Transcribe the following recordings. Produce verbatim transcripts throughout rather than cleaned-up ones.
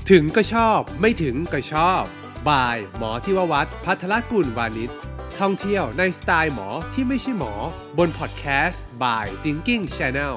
ถึงก็ชอบไม่ถึงก็ชอบบายหมอที่ววัฒน์ภัทรกุลวานิชท่องเที่ยวในสไตล์หมอที่ไม่ใช่หมอบนพอดแคสต์ by Thinking Channel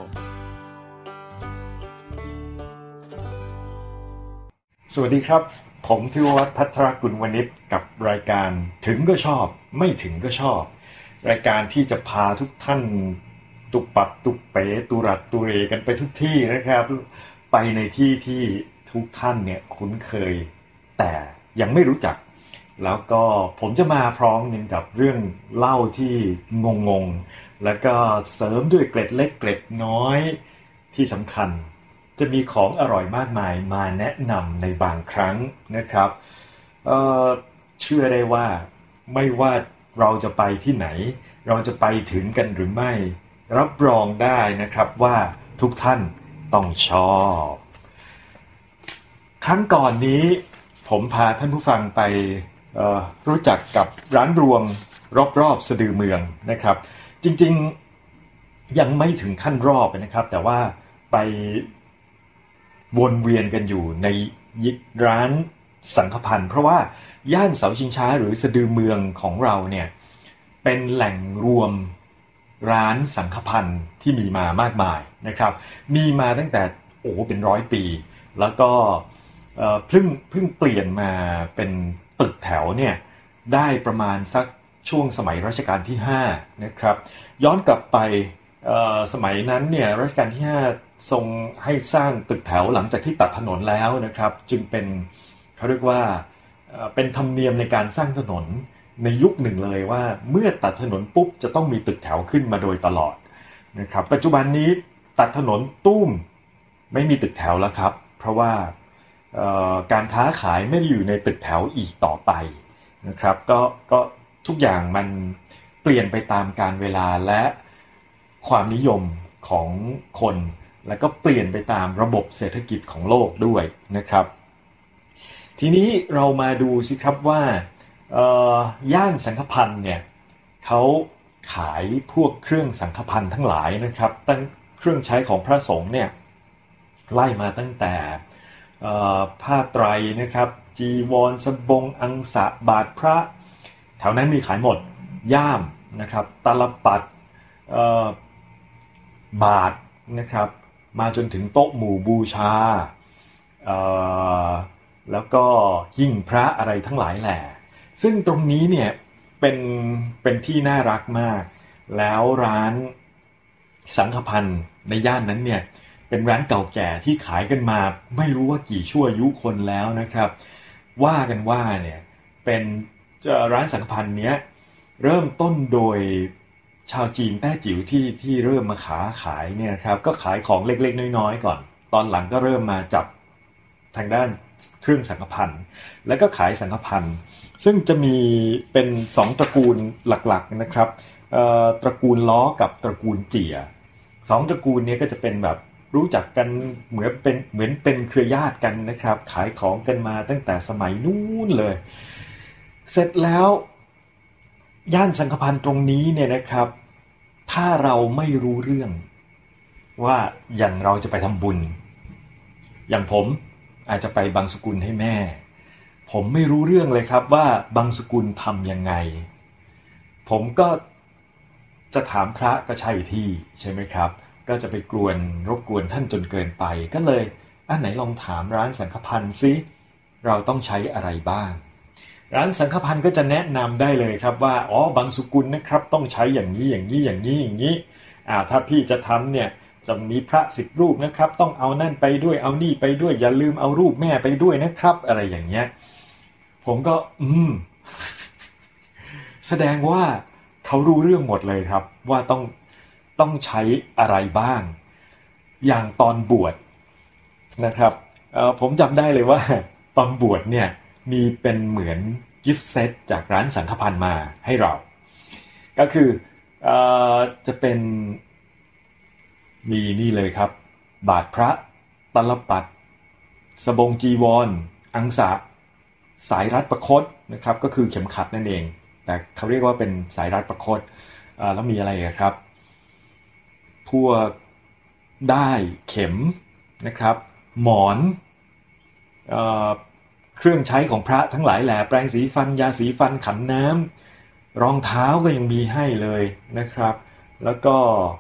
สวัสดีครับผมที่ววัฒน์ภัทรกุลวานิชกับรายการถึงก็ชอบไม่ถึงก็ชอบรายการที่จะพาทุกท่านตุปัดตุเป๋ตุรัดตุเรกันไปทุกที่นะครับไปในที่ที่ทุกท่านเนี่ยคุ้นเคยแต่ยังไม่รู้จักแล้วก็ผมจะมาพร้อมกับเรื่องเล่าที่งงๆแล้วก็เสริมด้วยเกร็ดเล็กเกร็ดน้อยที่สำคัญจะมีของอร่อยมากมายมาแนะนำในบางครั้งนะครับเอ่อเชื่อได้ว่าไม่ว่าเราจะไปที่ไหนเราจะไปถึงกันหรือไม่รับรองได้นะครับว่าทุกท่านต้องชอบครั้งก่อนนี้ผมพาท่านผู้ฟังไปรู้จักกับร้านรวงรอบๆสะดือเมืองนะครับจริงๆยังไม่ถึงขั้นรอบนะครับแต่ว่าไปวนเวียนกันอยู่ในร้านสังฆพันธ์เพราะว่าย่านเสาชิงช้าหรือสะดือเมืองของเราเนี่ยเป็นแหล่งรวมร้านสังฆพันธ์ที่มีมามากมายนะครับมีมาตั้งแต่โอ้เป็นร้อยปีแล้วก็เอ่อเพิ่งเพิ่งเปลี่ยนมาเป็นตึกแถวเนี่ยได้ประมาณสักช่วงสมัยรัชกาลที่ห้านะครับย้อนกลับไปเอ่อสมัยนั้นเนี่ยรัชกาลที่ห้าทรงให้สร้างตึกแถวหลังจากที่ตัดถนนแล้วนะครับจึงเป็นเขาเรียกว่าเอ่อเป็นธรรมเนียมในการสร้างถนนในยุคหนึ่งเลยว่าเมื่อตัดถนนปุ๊บจะต้องมีตึกแถวขึ้นมาโดยตลอดนะครับปัจจุบันนี้ตัดถนนตุ้มไม่มีตึกแถวแล้วครับเพราะว่าการค้าขายไม่ได้อยู่ในตึกแถวอีกต่อไปนะครับก็ก็ทุกอย่างมันเปลี่ยนไปตามกาลเวลาและความนิยมของคนแล้วก็เปลี่ยนไปตามระบบเศรษฐกิจของโลกด้วยนะครับทีนี้เรามาดูสิครับว่าย่านสังฆพันธ์เนี่ยเขาขายพวกเครื่องสังฆพันธ์ทั้งหลายนะครับตั้งเครื่องใช้ของพระสงฆ์เนี่ยไล่มาตั้งแต่ผ้าไตรนะครับจีวรสบงอังสะบาทพระแถวนั้นมีขายหมดย่ามนะครับตลับปัดบาทนะครับมาจนถึงโต๊ะหมู่บูชาแล้วก็หิ้งพระอะไรทั้งหลายแหละซึ่งตรงนี้เนี่ยเป็นเป็นที่น่ารักมากแล้วร้านสังฆพันธ์ในย่านนั้นเนี่ยเป็นร้านเก่าแก่ที่ขายกันมาไม่รู้ว่ากี่ชั่วอายุคนแล้วนะครับว่ากันว่าเนี่ยเป็นร้านสังฆพันธ์เนี้ยเริ่มต้นโดยชาวจีนแต้จิ๋วที่ที่เริ่มมาขาขายเนี่ยครับก็ขายของเล็กๆน้อยๆก่อนตอนหลังก็เริ่มมาจับทางด้านเครื่องสังฆพันธ์แล้วก็ขายสังฆพันธ์ซึ่งจะมีเป็นสองตระกูลหลักๆนะครับตระกูลล้อกับตระกูลเจี๋ยสองตระกูลนี้ก็จะเป็นแบบรู้จักกันเหมือนเป็นเหมือนเป็นเครือญาติกันนะครับขายของกันมาตั้งแต่สมัยนู้นเลยเสร็จแล้วย่านสังฆพันธ์ตรงนี้เนี่ยนะครับถ้าเราไม่รู้เรื่องว่าอย่างเราจะไปทำบุญอย่างผมอาจจะไปบางสกุลให้แม่ผมไม่รู้เรื่องเลยครับว่าบางสกุลทำยังไงผมก็จะถามพระก็ใช่ที่ใช่ไหมครับก็จะไปกวนรบกวนท่านจนเกินไปก็เลยอ่ะไหนลองถามร้านสังฆพันธ์ซิเราต้องใช้อะไรบ้างร้านสังฆพันธ์ก็จะแนะนำได้เลยครับว่าอ๋อบางสกุลนะครับต้องใช้อย่างนี้อย่างนี้อย่างนี้อย่างนี้อ่าถ้าพี่จะทำเนี่ยจะมีพระสิบรูปนะครับต้องเอานั่นไปด้วยเอานี่ไปด้วยอย่าลืมเอารูปแม่ไปด้วยนะครับอะไรอย่างเงี้ยผมก็อืมแสดงว่าเขารู้เรื่องหมดเลยครับว่าต้องต้องใช้อะไรบ้างอย่างตอนบวชนะครับผมจำได้เลยว่าตอนบวชเนี่ยมีเป็นเหมือนกิฟต์เซตจากร้านสังฆพันธ์มาให้เราก็คือเอ่อจะเป็นมีนี่เลยครับบาทพระตลับปัดสบงจีวรอังสะสายรัดประคตนะครับก็คือเข็มขัดนั่นเองแต่เขาเรียกว่าเป็นสายรัดประคตแล้วมีอะไรครับพวกได้เข็มนะครับหมอน เเอ่อเครื่องใช้ของพระทั้งหลายแหละแปรงสีฟันยาสีฟันขันน้ำรองเท้าก็ยังมีให้เลยนะครับแล้วก็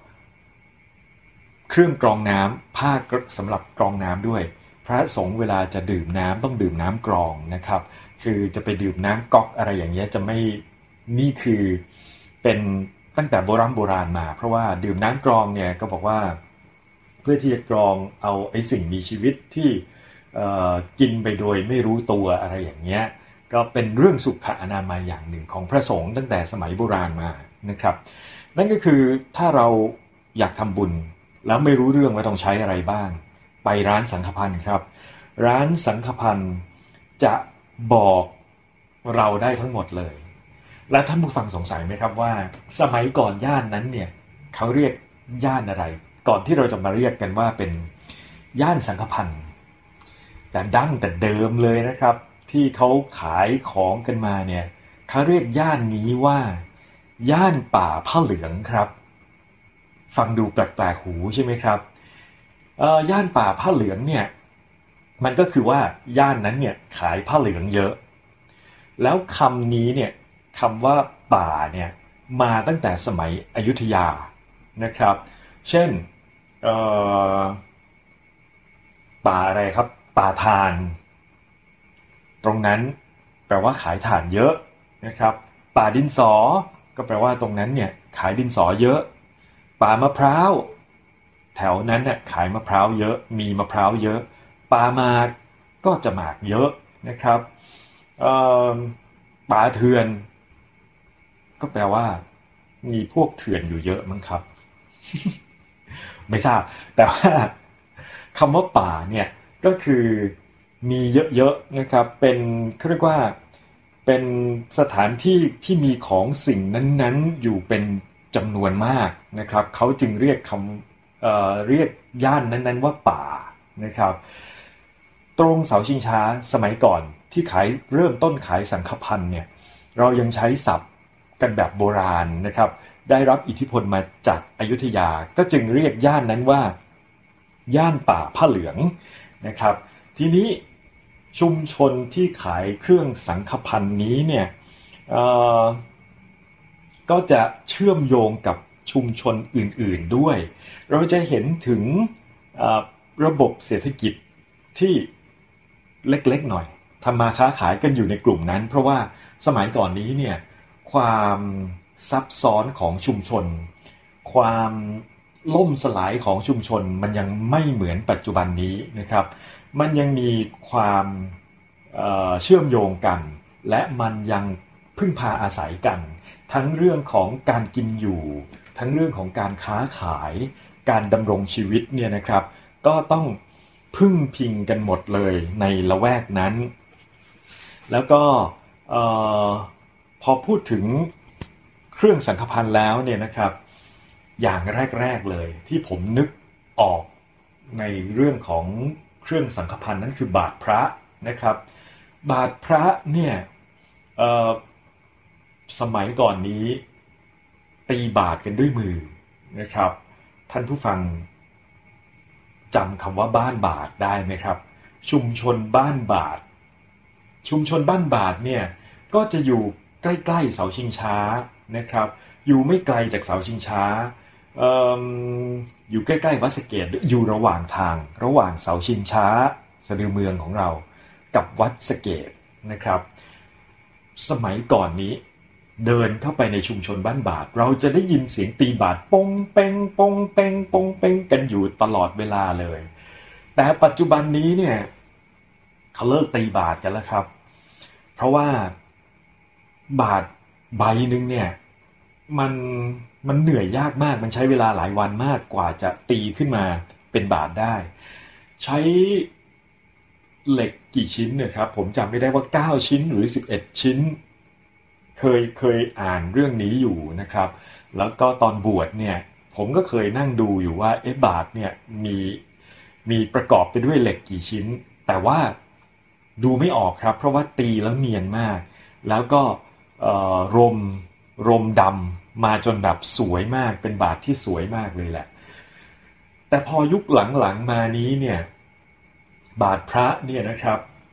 เครื่องกรองน้ำผ้าสำหรับกรองน้ำด้วยพระสงฆ์เวลาจะดื่มน้ำต้องดื่มน้ำกรองนะครับคือจะไปดื่มน้ำก๊อกอะไรอย่างเงี้ยจะไม่นี่คือเป็นตั้งแต่โบราณโบราณมาเพราะว่าดื่มน้ำกรองเนี่ยก็บอกว่าเพื่อที่จะกรองเอาไอ้สิ่งมีชีวิตที่กินไปโดยไม่รู้ตัวอะไรอย่างเงี้ยก็เป็นเรื่องสุขอนามัยอย่างหนึ่งของพระสงฆ์ตั้งแต่สมัยโบราณมานะครับนั่นก็คือถ้าเราอยากทำบุญแล้วไม่รู้เรื่องว่าต้องใช้อะไรบ้างไปร้านสังฆพันธ์ครับร้านสังฆพันธ์จะบอกเราได้ทั้งหมดเลยและท่านผู้ฟังสงสัยไหมครับว่าสมัยก่อนย่านนั้นเนี่ยเขาเรียกย่านอะไรก่อนที่เราจะมาเรียกกันว่าเป็นย่านสังฆพันธ์แต่ดั้งแต่เดิมเลยนะครับที่เขาขายของกันมาเนี่ยเขาเรียกย่านนี้ว่าย่านป่าผ้าเหลืองครับฟังดูแปลกๆหูใช่ไหมครับเอ่อย่านป่าผ้าเหลืองเนี่ยมันก็คือว่าย่านนั้นเนี่ยขายผ้าเหลืองเยอะแล้วคำนี้เนี่ยคำว่าป่าเนี่ยมาตั้งแต่สมัยอยุธยานะครับเช่นเอ่อป่าอะไรครับป่าทานตรงนั้นแปลว่าขายถ่านเยอะนะครับป่าดินสอก็แปลว่าตรงนั้นเนี่ยขายดินสอเยอะป่ามะพร้าวแถวนั้นเนี่ยขายมะพร้าวเยอะมีมะพร้าวเยอะป่าหมากก็จะหมากเยอะนะครับเอ่อป่าเถื่อนก็แปลว่ามีพวกเถื่อนอยู่เยอะมั้งครับ ไม่ทราบแต่ว่าคำว่าป่าเนี่ยก็คือมีเยอะๆนะครับเป็นเขาเรียกว่าเป็นสถานที่ที่มีของสิ่งนั้นๆอยู่เป็นจำนวนมากนะครับเขาจึงเรียกคำเอ่อเรียกย่านนั้นๆว่าป่านะครับตรงเสาชิงช้าสมัยก่อนที่ขายเริ่มต้นขายสังฆพันธ์เนี่ยเรายังใช้ศัพท์กันแบบโบราณนะครับได้รับอิทธิพลมาจากอยุธยาก็จึงเรียกย่านนั้นว่าย่านป่าผ้าเหลืองนะครับทีนี้ชุมชนที่ขายเครื่องสังฆพันธ์นี้เนี่ยเอ่อก็จะเชื่อมโยงกับชุมชนอื่นๆด้วยเราจะเห็นถึงระบบเศรษฐกิจที่เล็กๆหน่อยทำมาค้าขายกันอยู่ในกลุ่มนั้นเพราะว่าสมัยก่อนนี้เนี่ยความซับซ้อนของชุมชนความล่มสลายของชุมชนมันยังไม่เหมือนปัจจุบันนี้นะครับมันยังมีความเอ่อเชื่อมโยงกันและมันยังพึ่งพาอาศัยกันทั้งเรื่องของการกินอยู่ทั้งเรื่องของการค้าขายการดำรงชีวิตเนี่ยนะครับก็ต้องพึ่งพิงกันหมดเลยในละแวกนั้นแล้วก็เอ่อพอพูดถึงเครื่องสังฆพันธ์แล้วเนี่ยนะครับอย่างแรกๆเลยที่ผมนึกออกในเรื่องของเครื่องสังฆพันธ์นั้นคือบาตรพระนะครับบาตรพระเนี่ยเอ่อสมัยก่อนนี้ตีบาตรกันด้วยมือนะครับท่านผู้ฟังจำคำว่าบ้านบาตรได้ไหมครับชุมชนบ้านบาตรชุมชนบ้านบาตรเนี่ยก็จะอยู่ใกล้ๆเสาชิงช้านะครับอยู่ไม่ไกลจากเสาชิงช้า เอ่อ อยู่ใกล้ๆวัดสะเกษอยู่ระหว่างทางระหว่างเสาชิงช้าสะดือเมืองของเรากับวัดสะเกษนะครับสมัยก่อนนี้เดินเข้าไปในชุมชนบ้านบาตรเราจะได้ยินเสียงตีบาตรปงเป้งปงเป้งปงเป้งกันอยู่ตลอดเวลาเลยแต่ปัจจุบันนี้เนี่ยเขาเลิกตีบาตรกันแล้วครับเพราะว่าบาตรใบหนึ่งเนี่ยมันมันเหนื่อยยากมากมันใช้เวลาหลายวันมากกว่าจะตีขึ้นมาเป็นบาตรได้ใช้เหล็กกี่ชิ้นเนี่ยครับผมจำไม่ได้ว่าเก้าชิ้นหรือสิบเอ็ดชิ้นเคยเคยอ่านเรื่องนี้อยู่นะครับแล้วก็ตอนบวชเนี่ยผมก็เคยนั่งดูอยู่ว่าเอ๊ะบาตรเนี่ยมีมีประกอบไปด้วยเหล็กกี่ชิ้นแต่ว่าดูไม่ออกครับเพราะว่าตีแล้วเนียนมากแล้วก็เอ่อรมรมดำมาจนแบบสวยมากเป็นบาตรที่สวยมากเลยแหละแต่พอยุคหลังๆมานี้เนี่ยบาตรพระเนี่ยนะครับ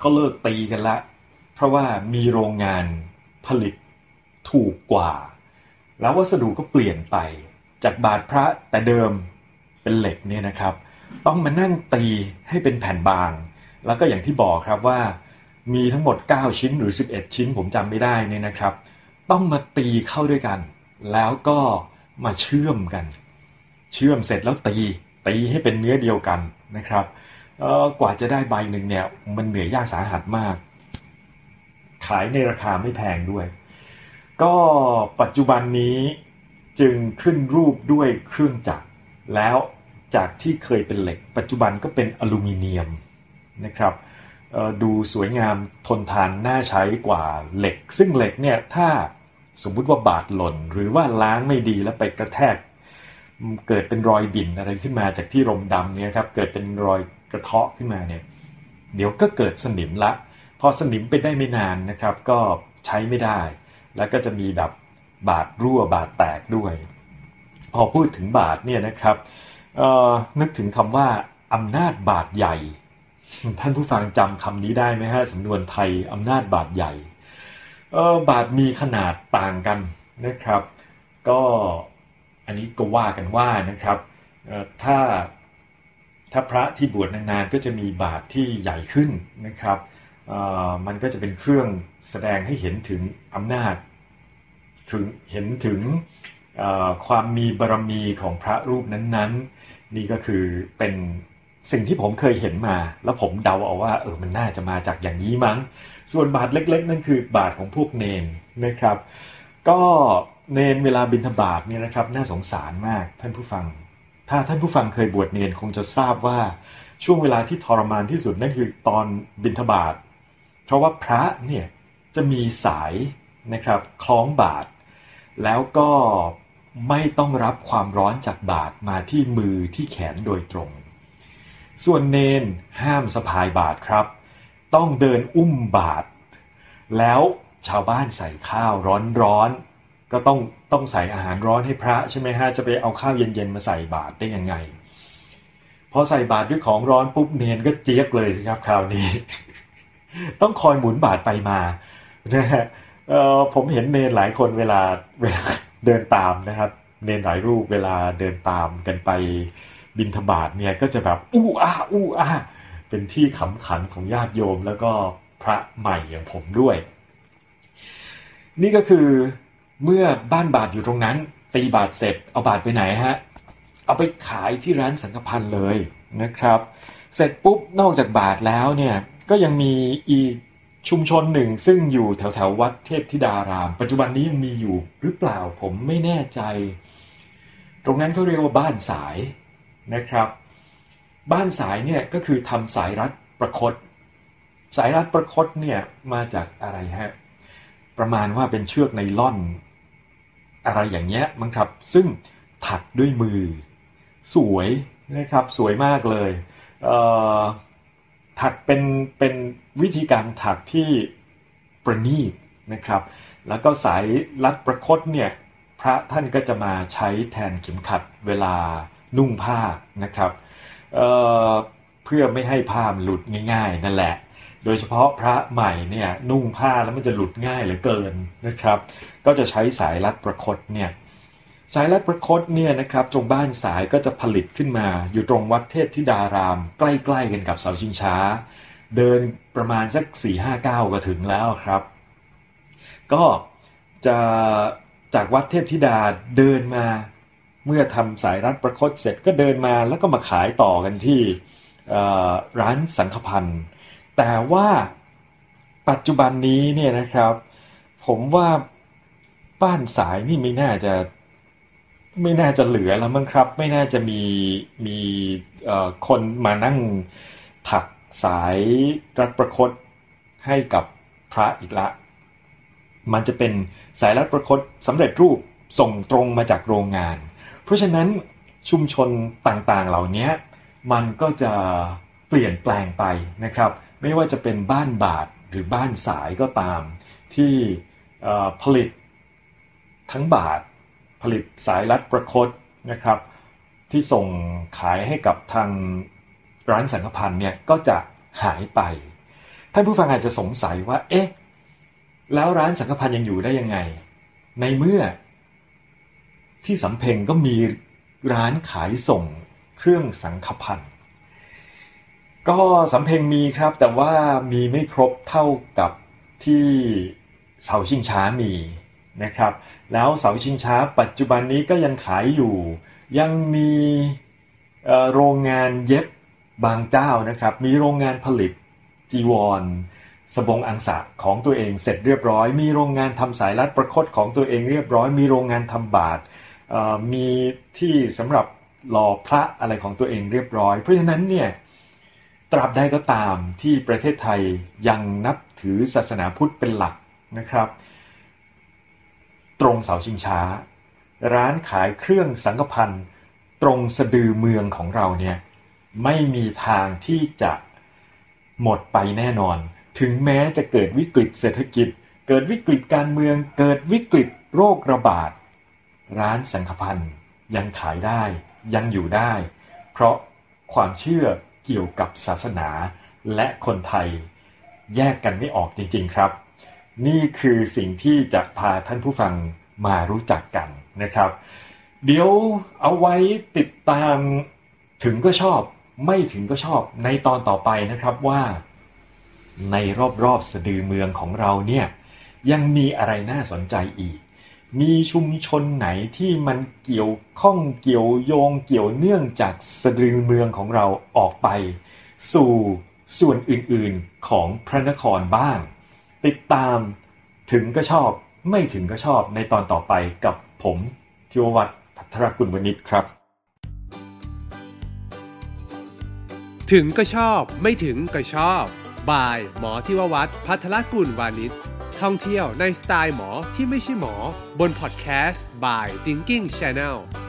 ก็เลิกตีกันละเพราะว่ามีโรงงานผลิตถูกกว่าแล้ววัสดุก็เปลี่ยนไปจากบาทพระแต่เดิมเป็นเหล็กเนี่ยนะครับต้องมานั่งตีให้เป็นแผ่นบางแล้วก็อย่างที่บอกครับว่ามีทั้งหมดเก้าชิ้นหรือสิบเอ็ดชิ้นผมจำไม่ได้เนี่ยนะครับต้องมาตีเข้าด้วยกันแล้วก็มาเชื่อมกันเชื่อมเสร็จแล้วตีตีให้เป็นเนื้อเดียวกันนะครับเอ่อกว่าจะได้ใบหนึ่งเนี่ยมันเหนื่อยยากสาหัสมากขายในราคาไม่แพงด้วยก็ปัจจุบันนี้จึงขึ้นรูปด้วยเครื่องจักรแล้วจากที่เคยเป็นเหล็กปัจจุบันก็เป็นอลูมิเนียมนะครับดูสวยงามทนทานน่าใช้กว่าเหล็กซึ่งเหล็กเนี่ยถ้าสมมุติว่าบาดหล่นหรือว่าล้างไม่ดีแล้วไปกระแทกเกิดเป็นรอยบิ่นอะไรขึ้นมาจากที่รมดำเนี่ยครับเกิดเป็นรอยกระเทาะขึ้นมาเนี่ยเดี๋ยวก็เกิดสนิมละพอสนิมไปได้ไม่นานนะครับก็ใช้ไม่ได้แล้วก็จะมีแบบบาดรั่วบาดแตกด้วยพอพูดถึงบาดเนี่ยนะครับนึกถึงคำว่าอำนาจบาดใหญ่ท่านผู้ฟังจำคำนี้ได้ไหมฮะสำนวนไทยอำนาจบาดใหญ่เออบาดมีขนาดต่างกันนะครับก็อันนี้ก็ว่ากันว่านะครับถ้าถ้าพระที่บวชนานๆก็จะมีบาดที่ใหญ่ขึ้นนะครับมันก็จะเป็นเครื่องแสดงให้เห็นถึงอำนาจถึงเห็นถึงความมีบารมีของพระรูปนั้นๆนี่ก็คือเป็นสิ่งที่ผมเคยเห็นมาแล้วผมเดาเอาว่าเออมันน่าจะมาจากอย่างนี้มั้งส่วนบาทเล็กๆนั่นคือบาทของพวกเนนนะครับก็เนนเวลาบิณฑบาตเนี่ยนะครับน่าสงสารมากท่านผู้ฟังถ้าท่านผู้ฟังเคยบวชเนนคงจะทราบว่าช่วงเวลาที่ทรมานที่สุดนั่นคือตอนบิณฑบาตเพราะว่าพระเนี่ยจะมีสายนะครับคล้องบาทแล้วก็ไม่ต้องรับความร้อนจากบาทมาที่มือที่แขนโดยตรงส่วนเนนห้ามสะพายบาทครับต้องเดินอุ้มบาทแล้วชาวบ้านใส่ข้าวร้อนๆก็ต้องต้องใส่อาหารร้อนให้พระใช่ไหมฮะจะไปเอาข้าวเย็นๆมาใส่บาทได้ยังไงพอใส่บาทด้วยของร้อนปุ๊บเนนก็เจี๊ยกเลยสิครับคราวนี้ ต้องคอยหมุนบาทไปมานะฮะเอ่อผมเห็นเนนหลายคนเวลาเวลาเดินตามนะครับเนนหลายรูปเวลาเดินตามกันไปบิณฑบาตเนี่ยก็จะแบบอู้อ้าอู้อ้าเป็นที่ขำขันของญาติโยมแล้วก็พระใหม่อย่างผมด้วยนี่ก็คือเมื่อบ้านบาทอยู่ตรงนั้นตีบาทเสร็จเอาบาทไปไหนฮะเอาไปขายที่ร้านสังฆพันธ์เลยนะครับเสร็จปุ๊บนอกจากบาทแล้วเนี่ยก็ยังมีอีกชุมชนหนึ่งซึ่งอยู่แถวแถววัดเทพธิดารามปัจจุบันนี้ยังมีอยู่หรือเปล่าผมไม่แน่ใจตรงนั้นเขาเรียกว่าบ้านสายนะครับบ้านสายเนี่ยก็คือทำสายรัดประคตสายรัดประคตเนี่ยมาจากอะไรฮะประมาณว่าเป็นเชือกไนล่อนอะไรอย่างเงี้ยมั้งครับซึ่งถักด้วยมือสวยนะครับสวยมากเลยเอ่อถักเป็นเป็นวิธีการถักที่ประณีตนะครับแล้วก็สายรัดประคตเนี่ยพระท่านก็จะมาใช้แทนเข็มขัดเวลานุ่งผ้านะครับ เอ่อ เพื่อไม่ให้ผ้ามันหลุดง่ายๆนั่นแหละโดยเฉพาะพระใหม่เนี่ยนุ่งผ้าแล้วมันจะหลุดง่ายเหลือเกินนะครับก็จะใช้สายรัดประคตเนี่ยสายรัดประคตเนี่ยนะครับตรงบ้านสายก็จะผลิตขึ้นมาอยู่ตรงวัดเทพธิดารามใกล้ๆกันกับเสาชิงช้าเดินประมาณสัก สี่ห้า เก้าก็ถึงแล้วครับก็จะจากวัดเทพธิดาเดินมาเมื่อทำสายรัดประคตเสร็จก็เดินมาแล้วก็มาขายต่อกันที่ร้านสังฆพันธ์แต่ว่าปัจจุบันนี้เนี่ยนะครับผมว่าบ้านสายนี่ไม่น่าจะไม่น่าจะเหลือแล้วมั้งครับไม่น่าจะมีมีคนมานั่งถักสายรัดประคตให้กับพระอีกละมันจะเป็นสายรัดประคตสำเร็จรูปส่งตรงมาจากโรงงานเพราะฉะนั้นชุมชนต่างๆเหล่านี้มันก็จะเปลี่ยนแปลงไปนะครับไม่ว่าจะเป็นบ้านบาทหรือบ้านสายก็ตามที่ผลิตทั้งบาทผลิตสายรัดประคตนะครับที่ส่งขายให้กับทางร้านสังฆพันธ์เนี่ยก็จะหายไปท่านผู้ฟังอาจจะสงสัยว่าเอ๊ะแล้วร้านสังฆพันธ์ยังอยู่ได้ยังไงในเมื่อที่สำเพ็งก็มีร้านขายส่งเครื่องสังฆพันธ์ก็สำเพ็งมีครับแต่ว่ามีไม่ครบเท่ากับที่เสาชิงช้ามีนะครับแล้วเสาชิงช้าปัจจุบันนี้ก็ยังขายอยู่ยังมีโรงงานเย็บบางเจ้านะครับมีโรงงานผลิตจีวรสบงอังสะของตัวเองเสร็จเรียบร้อยมีโรงงานทำสายรัดประคตของตัวเองเรียบร้อยมีโรงงานทำบาตรมีที่สำหรับหล่อพระอะไรของตัวเองเรียบร้อยเพราะฉะนั้นเนี่ยตราบใดก็ตามที่ประเทศไทยยังนับถือศาสนาพุทธเป็นหลักนะครับตรงเสาชิงช้าร้านขายเครื่องสังฆพันธ์ตรงสะดือเมืองของเราเนี่ยไม่มีทางที่จะหมดไปแน่นอนถึงแม้จะเกิดวิกฤตเศรษฐกิจเกิดวิกฤตการเมืองเกิดวิกฤตโรคระบาดร้านสังฆพันธ์ยังขายได้ยังอยู่ได้เพราะความเชื่อเกี่ยวกับศาสนาและคนไทยแยกกันไม่ออกจริงๆครับนี่คือสิ่งที่จะพาท่านผู้ฟังมารู้จักกันนะครับเดี๋ยวเอาไว้ติดตามถึงก็ชอบไม่ถึงก็ชอบในตอนต่อไปนะครับว่าในรอบๆสะดือเมืองของเราเนี่ยยังมีอะไรน่าสนใจอีกมีชุมชนไหนที่มันเกี่ยวข้องเกี่ยวโยงเกี่ยวเนื่องจากสะดือเมืองของเราออกไปสู่ส่วนอื่นๆของพระนครบ้างติดตามถึงก็ชอบไม่ถึงก็ชอบในตอนต่อไปกับผมธิววัฒน์ภัทรกุลวณิชครับถึงก็ชอบไม่ถึงก็ชอบบายหมอธิววัฒน์ภัทรกุลวานิชท่องเที่ยวในสไตล์หมอที่ไม่ใช่หมอบนพอดแคสต์ by Thinking Channel